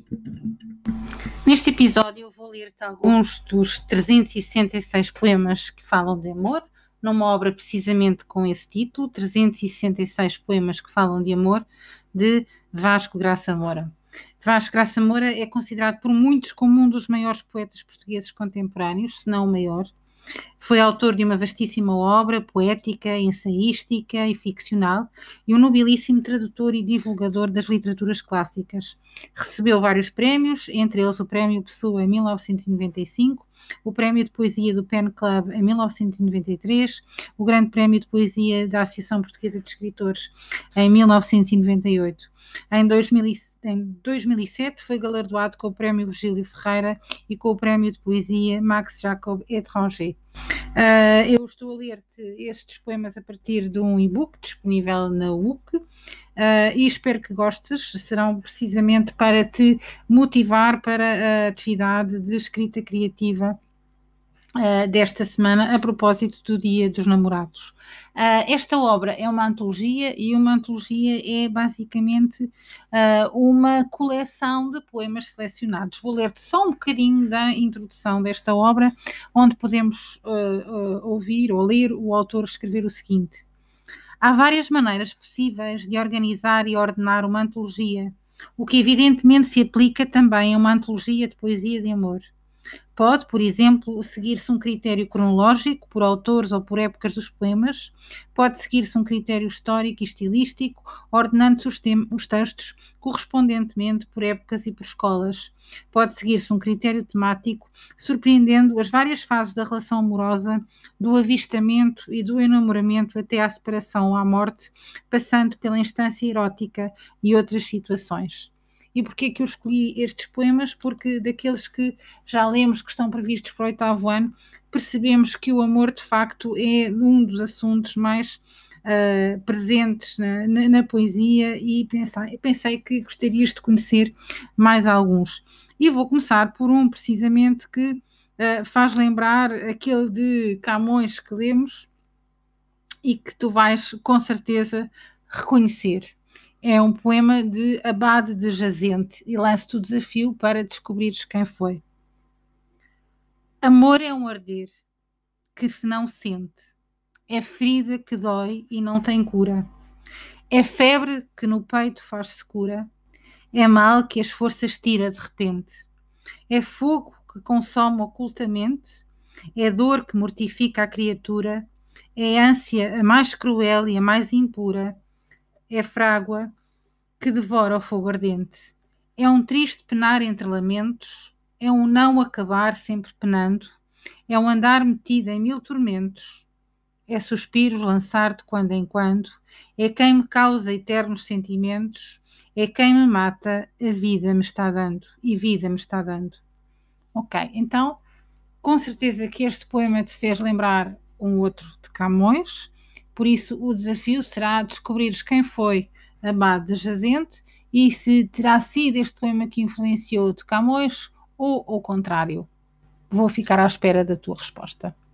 Neste episódio eu vou ler-te alguns dos 366 poemas que falam de amor, numa obra precisamente com esse título, 366 poemas que falam de amor, de Vasco Graça Moura. Vasco Graça Moura é considerado por muitos como um dos maiores poetas portugueses contemporâneos, se não o maior. Foi autor de uma vastíssima obra poética, ensaística e ficcional e um nobilíssimo tradutor e divulgador das literaturas clássicas. Recebeu vários prémios, entre eles o Prémio Pessoa em 1995, o Prémio de Poesia do Pen Club em 1993, o Grande Prémio de Poesia da Associação Portuguesa de Escritores em 1998. Em 2007 foi galardoado com o Prémio Virgílio Ferreira e com o Prémio de Poesia Max Jacob Étranger. Eu estou a ler-te estes poemas a partir de um e-book disponível na UC e espero que gostes. Serão precisamente para te motivar para a atividade de escrita criativa desta semana, a propósito do Dia dos Namorados. Esta obra é uma antologia e uma antologia é basicamente uma coleção de poemas selecionados. Vou ler-te só um bocadinho da introdução desta obra, onde podemos ouvir ou ler o autor escrever o seguinte: há várias maneiras possíveis de organizar e ordenar uma antologia, o que evidentemente se aplica também a uma antologia de poesia de amor. Pode, por exemplo, seguir-se um critério cronológico por autores ou por épocas dos poemas, pode seguir-se um critério histórico e estilístico, ordenando-se os textos correspondentemente por épocas e por escolas. Pode seguir-se um critério temático, surpreendendo as várias fases da relação amorosa, do avistamento e do enamoramento até à separação ou à morte, passando pela instância erótica e outras situações. E porquê que eu escolhi estes poemas? Porque daqueles que já lemos, que estão previstos para o 8º ano, percebemos que o amor de facto é um dos assuntos mais presentes na poesia e pensei que gostarias de conhecer mais alguns. E vou começar por um precisamente que faz lembrar aquele de Camões que lemos e que tu vais com certeza reconhecer. É um poema de Abade de Jazente e lanço-te o desafio para descobrires quem foi. Amor é um arder que se não sente, é ferida que dói e não tem cura, é febre que no peito faz-se cura, é mal que as forças tira de repente, é fogo que consome ocultamente, é dor que mortifica a criatura, é ânsia a mais cruel e a mais impura, é frágua que devora o fogo ardente. É um triste penar entre lamentos, é um não acabar sempre penando, é um andar metido em 1000 tormentos, é suspiros lançar de quando em quando, é quem me causa eternos sentimentos, é quem me mata, a vida me está dando, e vida me está dando. Ok, então, com certeza que este poema te fez lembrar um outro de Camões, por isso o desafio será descobrires quem foi Abade de Jazente e se terá sido este poema que influenciou de Camões ou ao contrário. Vou ficar à espera da tua resposta.